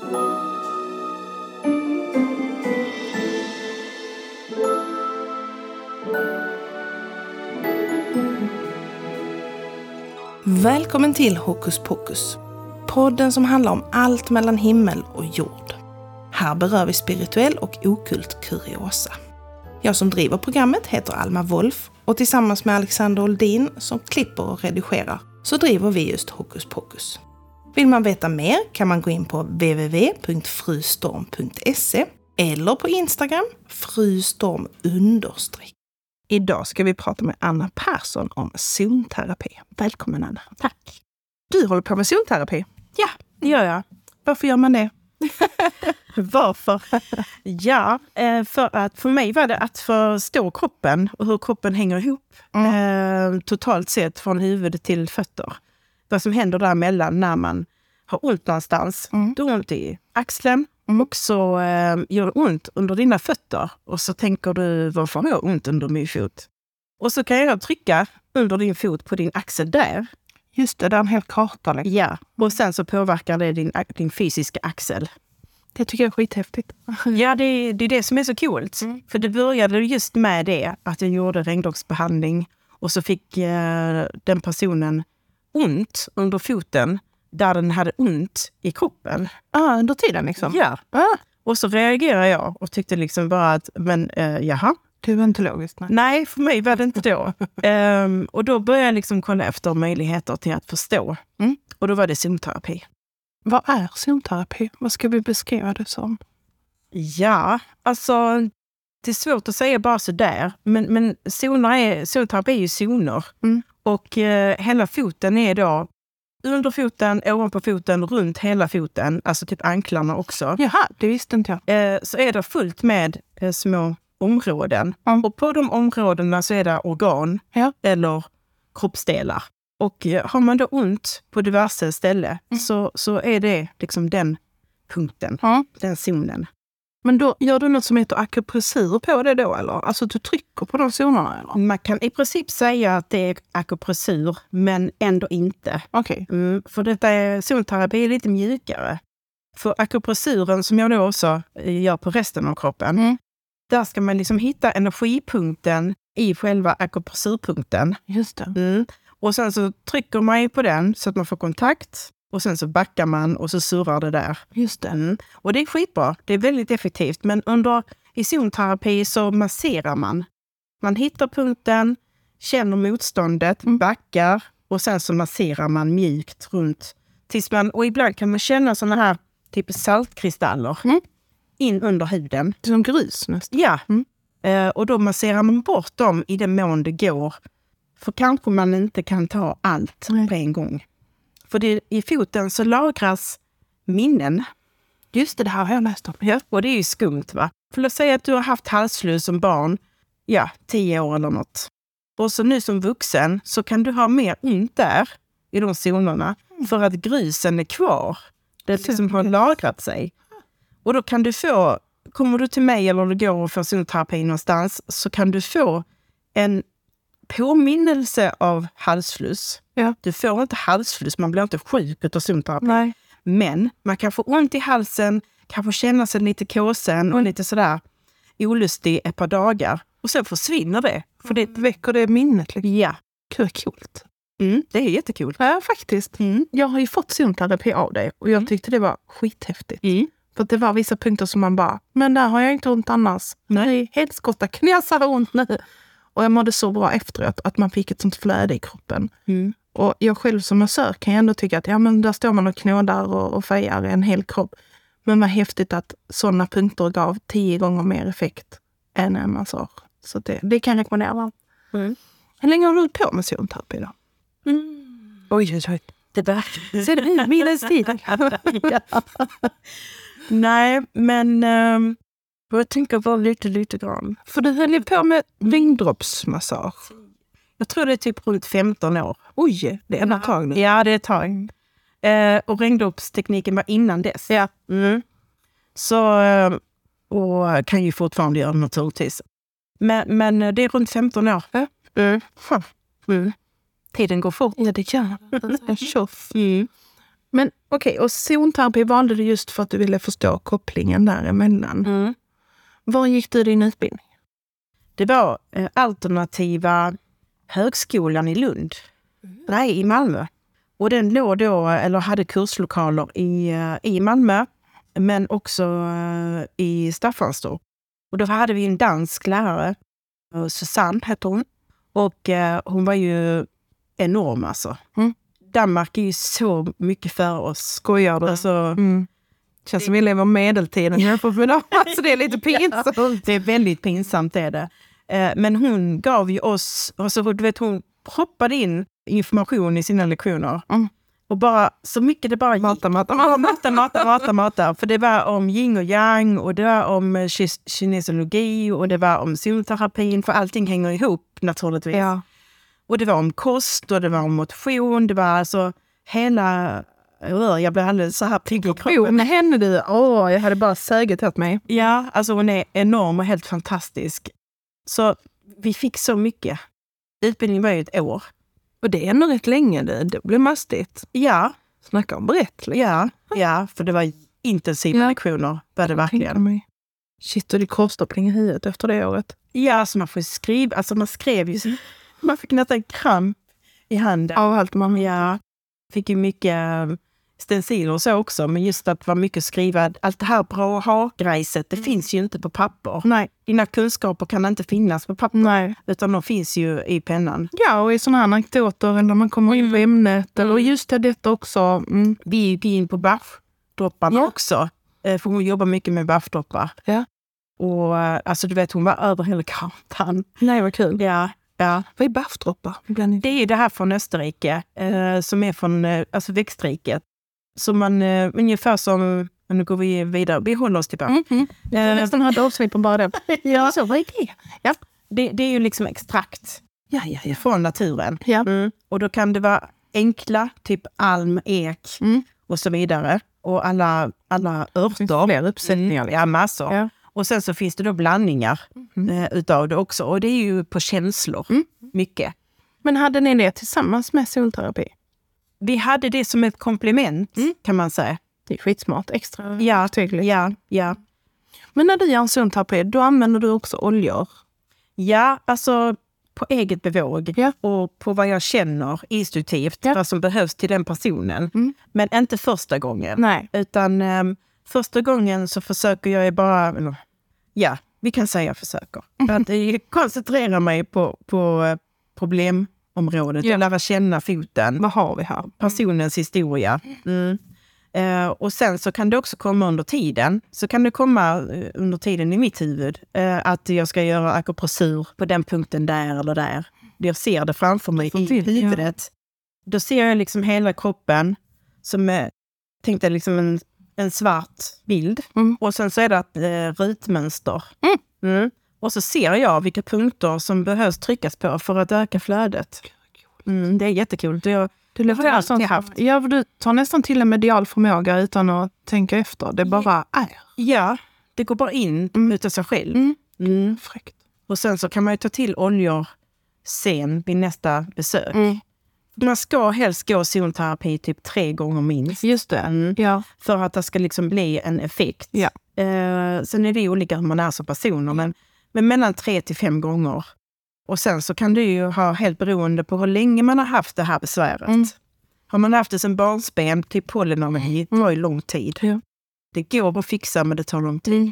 Välkommen till Hokus Pokus. Podden som handlar om allt mellan himmel och jord. Här berör vi spirituell och okult kuriosa. Jag som driver programmet heter Alma Wolf och tillsammans med Alexander Oldin som klipper och redigerar så driver vi just Hokus Pokus. Vill man veta mer kan man gå in på www.frustorm.se eller på Instagram frustorm_. Idag ska vi prata med Anna Persson om zonterapi. Välkommen Anna. Tack. Du håller på med zonterapi. Ja, det gör jag. Varför gör man det? Varför? Ja, för att för mig var det att förstå kroppen och hur kroppen hänger ihop. Totalt sett från huvud till fötter. Vad som händer däremellan när man har ont någonstans. Du har ont i axeln och så gör det ont under dina fötter. Och så tänker du, varför har jag ont under min fot? Och så kan jag trycka under din fot på din axel där. Just det, är en hel karta. Liksom. Ja, och sen så påverkar det din fysiska axel. Det tycker jag är skithäftigt. Ja, det är det som är så coolt. För det började just med det att jag gjorde regnbågsbehandling och så fick den personen ont under foten där den hade ont i kroppen. Under tiden liksom? Ja. Och så reagerade jag och tyckte liksom bara att, men jaha. Det var inte logiskt. Nej, för mig var det inte då. Och då började jag liksom kolla efter möjligheter till att förstå. Och då var det zonterapi. Vad är zonterapi? Vad ska vi beskriva det som? Ja, alltså det är svårt att säga bara så där. Men zonterapi är ju zoner. Och hela foten är då under foten, ovanpå foten, runt hela foten. Alltså typ anklarna också. Jaha, det visste inte jag. Så är det fullt med små områden. Och på de områdena så är det organ eller kroppsdelar. Och har man då ont på diverse ställen så är det liksom den punkten, den zonen. Men då gör du något som heter akupressur på det då eller? Alltså du trycker på de zonerna eller? Man kan i princip säga att det är akupressur men ändå inte. Okej. För detta zonterapi är lite mjukare. För akupressuren som jag då också gör på resten av kroppen, där ska man liksom hitta energipunkten i själva akupressurpunkten. Just det. Och sen så trycker man på den så att man får kontakt. Och sen så backar man och så surrar det där. Just det. Och det är skitbra. Det är väldigt effektivt. Men i zonterapi så masserar man. Man hittar punkten, känner motståndet, backar. Och sen så masserar man mjukt runt. Och ibland kan man känna såna här typ saltkristaller in under huden. Det är som grus nästan. Ja. Och då masserar man bort dem i den mån det går. För kanske man inte kan ta allt på en gång. För i foten så lagras minnen. Just det här har jag läst om. Ja, och det är ju skumt va? För att säga att du har haft halsfluss som barn, 10 år eller något. Och så nu som vuxen så kan du ha mer ont där i de zonerna. För att grusen är kvar. Det liksom har lagrat sig. Och då kan du kommer du till mig eller du går och får zonterapi någonstans så kan du få en påminnelse av halsfluss. Ja. Du får inte halsfluss, man blir inte sjuk av zonterapi. Nej. Men man kan få ont i halsen, kanske känna sig lite kåsen och lite sådär olustig ett par dagar. Och sen försvinner det. För det väcker det minnet. Liksom. Ja. Coolt. Det är jättekul. Ja, faktiskt. Jag har ju fått zonterapi av dig och jag tyckte det var skithäftigt. För att det var vissa punkter som man bara, men där har jag inte ont annars. Nej, helskotta knäsar ont nu. Och jag mådde så bra efteråt att man fick ett sånt flöde i kroppen. Och jag själv som massör kan jag ändå tycka att men där står man och knådar och fejar i en hel kropp. Men vad häftigt att sådana punkter gav 10 gånger mer effekt än en massage. Så det kan jag rekommendera. Hur länge har du hållit på med zonterapi då? Oj. Det där. Ser du minnes tid? Nej, men jag tänker bara lite grann. För du höll ju på med regndroppsmassage. Jag tror det är typ runt 15 år. Oj, det är ett tag nu. Ja, det är ett tag. Och regndroppstekniken var innan dess. Ja. Så, och kan ju fortfarande göra naturligtvis. Men det är runt 15 år. Ja. Tiden går fort. Ja, det gör det. Tjoff. Men okej, och zonterapi valde du just för att du ville förstå kopplingen däremellan. Var gick du din utbildning? Det var alternativa högskolan i Lund. Nej, i Malmö. Och den låg då, eller hade kurslokaler i Malmö, men också i Staffanstorp. Och då hade vi en dansk lärare, Susanne hette hon. Och hon var ju enorm alltså. Danmark är ju så mycket för oss. Skojar du? Alltså, känns som vi lever medeltiden. Alltså det är lite pinsamt. Det är väldigt pinsamt är det. Men hon gav ju oss, alltså, du vet, hon hoppade in information i sina lektioner. Och bara, så mycket det bara mata. För det var om yin och yang och det var om kinesologi och det var om zonterapin, för allting hänger ihop naturligtvis. Ja. Och det var om kost och det var om motion, det var alltså hela... Jag blev alldeles så här pigg i kroppen. Med henne du, jag hade bara säget åt mig. Ja, alltså hon är enorm och helt fantastisk. Så vi fick så mycket. Utbildningen var ju ett år. Och det är ändå rätt länge, det blev mastigt. Ja. Snacka om brett. Ja, för det var intensiva lektioner, var det verkligen. Shit, och det kortstoppning i huvudet efter det året. Ja, så man får skriva, alltså man skrev ju, man fick nästan kramp i handen. Av allt man... Ja, fick ju mycket stenciler och så också, men just att det var mycket skriva, allt det här bra ha-grejset, det finns ju inte på papper. Nej. Dina kunskaper kan inte finnas på papper. Nej. Utan de finns ju i pennan. Ja, och i sådana här anekdoter eller man kommer in på ämnet. Eller just detta också. Vi gick in på baffdropparna också. För hon jobbar mycket med baffdroppar. Ja. Och alltså du vet, hon var över hela kartan. Nej, vad kul. Ja. Vad är baffdroppar? Det är ju det här från Österrike. Som är från alltså växtriket. Så man, ungefär som, nu går vi vidare, vi håller oss till baff. Nästan hade avsnitt på bara det. Ja. Så vad är det? Ja. Det är ju liksom extrakt från naturen. Ja. Och då kan det vara enkla, typ alm, ek och så vidare. Och alla örter. Fler uppsättningar. Ja, massor. Ja. Och sen så finns det då blandningar utav det också. Och det är ju på känslor, mycket. Men hade ni det tillsammans med zonterapi? Vi hade det som ett komplement, kan man säga. Det är skitsmart, extra tydligt. Ja. Men när du gör en zonterapi, då använder du också oljor? Ja, alltså på eget bevåg och på vad jag känner intuitivt, vad som behövs till den personen. Men inte första gången. Nej. Utan första gången så försöker jag bara, vi kan säga försöker. Att koncentrera mig på problemområdet och lära känna foten. Vad har vi här? Personens historia. Och sen så kan det också komma under tiden. Så kan det komma under tiden i mitt huvud att jag ska göra akupressur på den punkten där eller där. Jag ser det framför mig i huvudet. Då ser jag liksom hela kroppen som tänkte liksom en svart bild. Och sen så är det ett rutmönster. Och så ser jag vilka punkter som behövs tryckas på för att öka flödet. Det är jättekul. Det har jag alltid haft. Ja, du tar nästan till en medial förmåga utan att tänka efter. Det bara är. Ja, det går bara in utav sig själv. Fräckt. Och sen så kan man ju ta till oljor sen vid nästa besök. Man ska helst gå zonterapi typ 3 gånger minst. Just det. Ja. För att det ska liksom bli en effekt. Ja. Sen är det olika hur man är som personer. Men mellan 3 till 5 gånger. Och sen så kan det ju ha helt beroende på hur länge man har haft det här besväret. Har man haft det som barnsben till pollenallergi, det tar ju lång tid. Ja. Det går att fixa, men det tar lång tid.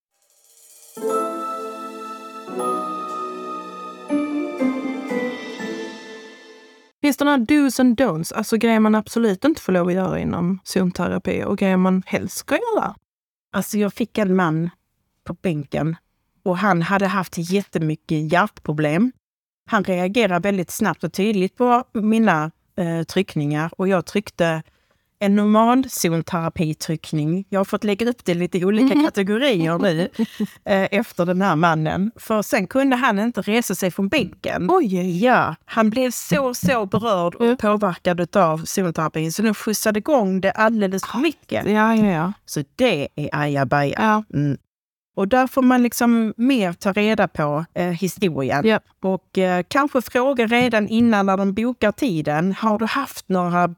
Finns det några do's and don'ts? Alltså grejer man absolut inte får lov att göra inom zonterapi och grejer man helst ska göra? Alltså jag fick en man på bänken och han hade haft jättemycket hjärtproblem. Han reagerade väldigt snabbt och tydligt på mina tryckningar och jag tryckte en normal zonterapitryckning. Jag har fått lägga upp det i lite olika kategorier nu efter den här mannen. För sen kunde han inte resa sig från bänken. Oj, ja. Han blev så berörd och påverkad av zonterapin så den skjutsade igång det alldeles för mycket. Ja. Så det är ajabaja. Ja. Och där får man liksom mer ta reda på historien. Yep. Och kanske fråga redan innan när de bokar tiden. Har du haft några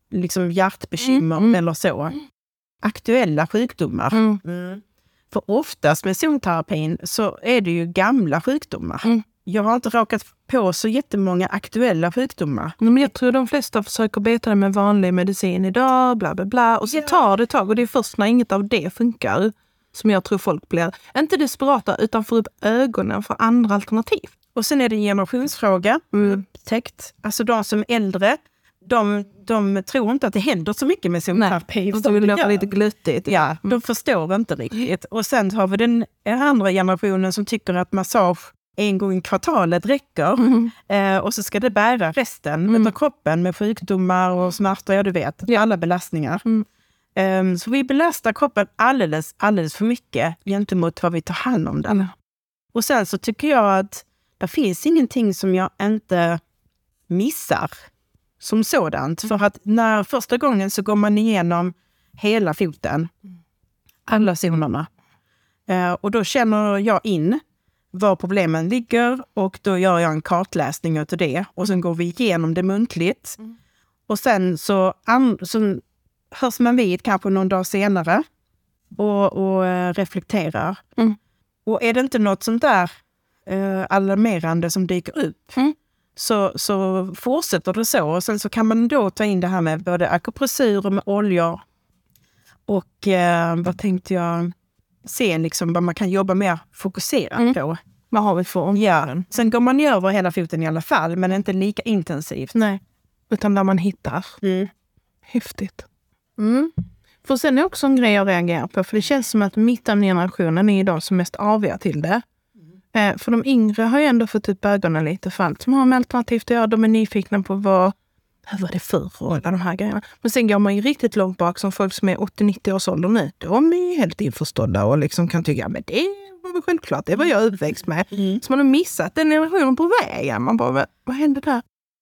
liksom hjärtbekymmer eller så. Aktuella sjukdomar. För oftast med zonterapin så är det ju gamla sjukdomar. Jag har inte rakat på så jättemånga aktuella sjukdomar. Men jag tror de flesta försöker beta det med vanlig medicin idag, bla bla bla. Och så tar det tag och det är först när inget av det funkar som jag tror folk blir, inte desperata utan får upp ögonen för andra alternativ. Och sen är det en generationsfråga. Täckt. Alltså de som är äldre, de tror inte att det händer så mycket med zonterapi. De vill låta lite gluttigt. Ja, de förstår inte riktigt. Och sen har vi den andra generationen som tycker att massage en gång i kvartalet räcker. Och så ska det bära resten av kroppen med sjukdomar och smärtor, ja du vet, alla belastningar. Så vi belastar kroppen alldeles för mycket gentemot vad vi tar hand om den. Och sen så tycker jag att det finns ingenting som jag inte missar som sådant. För att när första gången så går man igenom hela foten. Alla zonerna. Och då känner jag in var problemen ligger och då gör jag en kartläsning av det. Och sen går vi igenom det muntligt. Och sen så hörs man vid kanske någon dag senare och reflekterar. Och är det inte något sånt där alarmerande som dyker upp så fortsätter det så. Och sen så kan man då ta in det här med både akupressur och med oljor. Och vad tänkte jag se liksom vad man kan jobba mer fokuserat på. Vad har vi för områden? Sen går man ju över hela foten i alla fall, men inte lika intensivt. Nej, utan där man hittar. Häftigt. För sen är också en grej jag reagerar på, för det känns som att mittengenerationen är idag som mest aviga till det. För de yngre har ju ändå fått upp ögonen lite för allt som har med alternativt att göra. De är nyfikna på hur var det förr och alla de här grejerna. Men sen går man ju riktigt långt bak som folk som är 80-90 års ålder nu. De är ju helt införstådda och liksom kan tycka, men det var väl självklart, det var jag uppväxt med. Så man har missat den generationen på vägen. Man bara, vad hände där?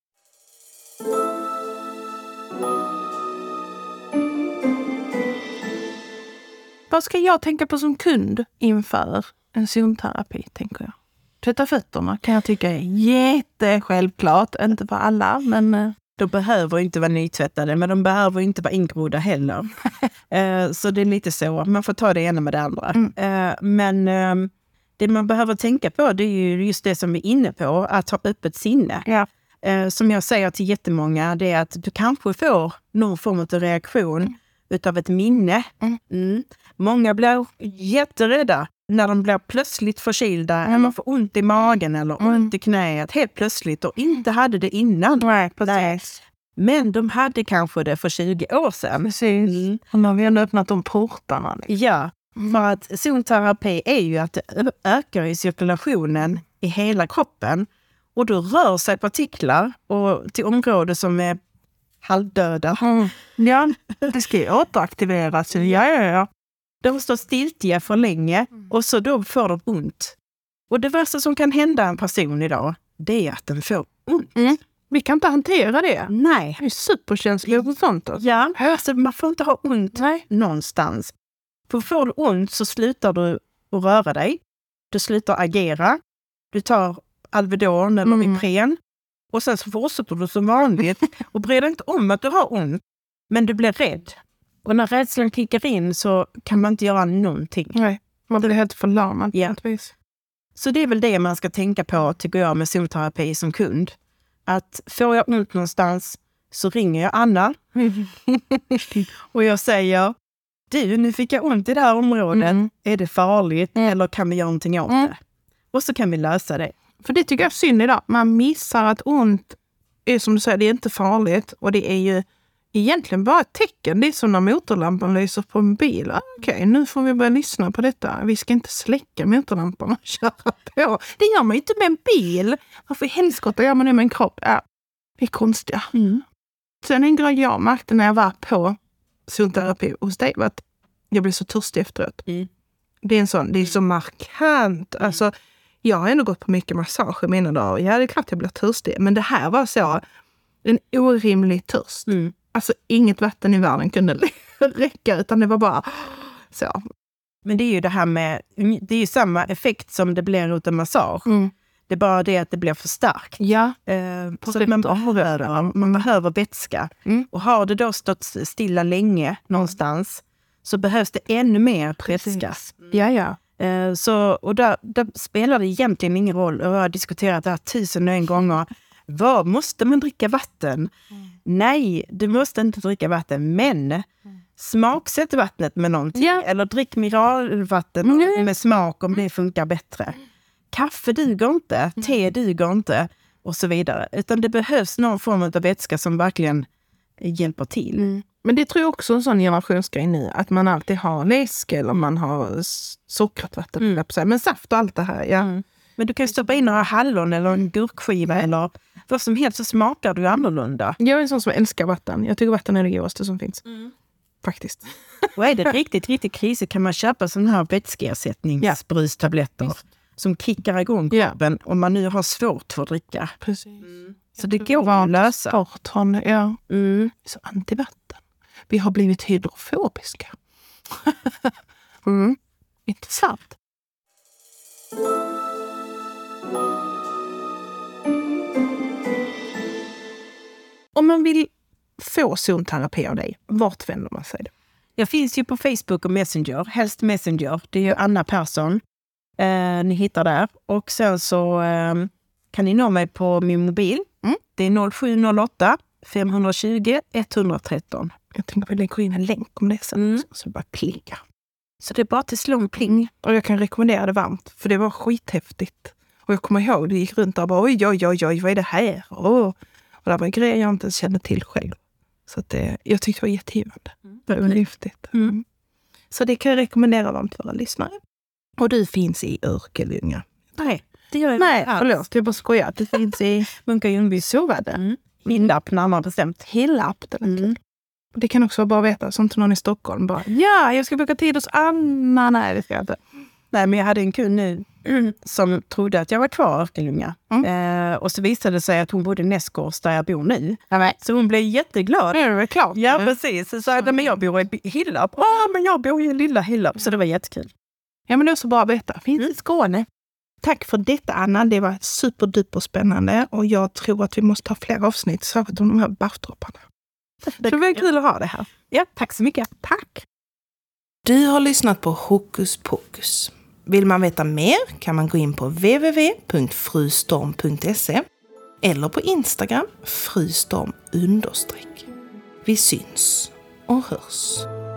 Vad ska jag tänka på som kund inför en zonterapi, tänker jag? Tvätta fötterna kan jag tycka är jättesjälvklart. Inte för alla, men... De behöver inte vara nytvättade, men de behöver inte vara ingrodda heller. Så det är lite så. Man får ta det ena med det andra. Men det man behöver tänka på, det är ju just det som vi är inne på. Att ha öppet sinne. Ja. Som jag säger till jättemånga, det är att du kanske får någon form av reaktion utav ett minne. Många blir jätterädda när de blir plötsligt förkylda eller får ont i magen eller ont i knät helt plötsligt och inte hade det innan. Nej, precis. Men de hade kanske det för 20 år sedan. Precis. Och nu har vi ändå öppnat de portarna. Liksom. Ja, för att zonterapi är ju att det ökar i cirkulationen i hela kroppen och då rör sig partiklar och till områden som är halvdöda. Ja, det ska ju återaktiveras. Ja. De står stiltiga för länge och så då får de ont. Och det värsta som kan hända en person idag, det är att den får ont. Vi kan inte hantera det. Nej. Det är superkänsligt och sånt. Alltså. Ja, alltså man får inte ha ont någonstans. För får du ont så slutar du att röra dig. Du slutar agera. Du tar Alvedon eller Ipren. Och sen så fortsätter du som vanligt och bryr dig inte om att du har ont. Men du blir rädd. Och när rädslan kickar in så kan man inte göra någonting. Nej, man blir helt förlamad. Ja. Så det är väl det man ska tänka på, tycker jag, med zonterapi som kund. Att får jag ont någonstans så ringer jag Anna. Och jag säger, du, nu fick jag ont i det här området. Är det farligt eller kan vi göra någonting åt det? Och så kan vi lösa det. För det tycker jag är synd idag. Man missar att ont är, som du säger, det är inte farligt. Och det är ju egentligen bara ett tecken. Det är som när motorlampan lyser på en bil. Okej, nu får vi börja lyssna på detta. Vi ska inte släcka motorlampan och köra på. Det gör man ju inte med en bil. Varför i helskotta gör man det med en kropp? Ja, det är konstiga. Sen en grej jag märkte när jag var på zonterapi hos dig var att jag blev så törstig efteråt. Det är så markant. Alltså, jag har ändå gått på mycket massage i mina dagar. Ja, det är klart jag blev törstig. Men det här var så en orimlig törst. Alltså inget vatten i världen kunde räcka, utan det var bara så. Men det är ju det här med, det är ju samma effekt som det blir utav massage. Det är bara det att det blir för starkt. Ja. Så att man behöver vätska. Och har det då stått stilla länge någonstans så behövs det ännu mer vätska. Ja. Och där spelar det egentligen ingen roll. Och jag har diskuterat det här 1001 gånger. Vad måste man dricka vatten? Nej, du måste inte dricka vatten. Men smaksätt vattnet med någonting. Ja. Eller drick mineralvatten med smak om det funkar bättre. Kaffe duger inte. Te duger inte. Och så vidare. Utan det behövs någon form av vätska som verkligen hjälper till. Men det tror jag också är en sån generationsgrej nu. Att man alltid har läsk eller man har sockrat vatten. Men saft och allt det här, ja. Men du kan ju stoppa in några hallon eller en gurkskiva eller vad som helst, så smakar du annorlunda. Jag är en sån som älskar vatten. Jag tycker vatten är det godaste som finns. Faktiskt. Och är det riktigt krisigt kan man köpa sådana här vätskeersättningsbrustabletter som kickar igång kroppen om man nu har svårt för att dricka. Precis. Så det går att lösa. Så antivatten. Vi har blivit hydrofobiska. Intressant. Om man vill få zonterapi av dig, vart vänder man sig då? Jag finns ju på Facebook och Messenger, helst Messenger. Det är ju Anna Persson. Ni hittar där. Och sen så kan ni nå mig på min mobil. Det är 0708 520 113. Jag tänker att vi lägger in en länk om det sen. Så bara klicka. Så det är bara till slå en pling. Och jag kan rekommendera det varmt. För det var skithäftigt. Och jag kommer ihåg, det gick runt där och bara oj, vad är det här? Och det var grejer jag inte kände till själv. Så att jag tyckte det var jättegivande. Det var lyftigt. Så det kan jag rekommendera varmt för våra lyssnare. Och du finns i Örkelljunga. Nej, det gör jag inte. Nej, förlåt. Jag bara skojar. Det finns i Munka-Ljungby. Så var det. Hillap, närmare bestämt. Hillap. Det kan också vara bra att veta. Som till någon i Stockholm. Bara, ja, jag ska boka tid hos Anna. Nej, det ska jag inte. Nej, men jag hade en kund nu som trodde att jag var kvar i Örkelljunga. Och så visade det sig att hon bodde i Näsgårds där jag bor nu. Så hon blev jätteglad. Det är väl klart. Ja, precis. Så sa jag, men jag bor i Hillap. Men jag bor i lilla Hillap. Så det var jättekul. Ja, men det är så bra att veta. Finns i Skåne. Tack för detta, Anna. Det var superduper spännande. Och jag tror att vi måste ha fler avsnitt. Särskilt om de här barfdropparna. Det var kul att ha det här. Ja, tack så mycket. Tack. Du har lyssnat på Hokus Pokus. Vill man veta mer kan man gå in på www.frustorm.se eller på Instagram frustorm_. Vi syns och hörs.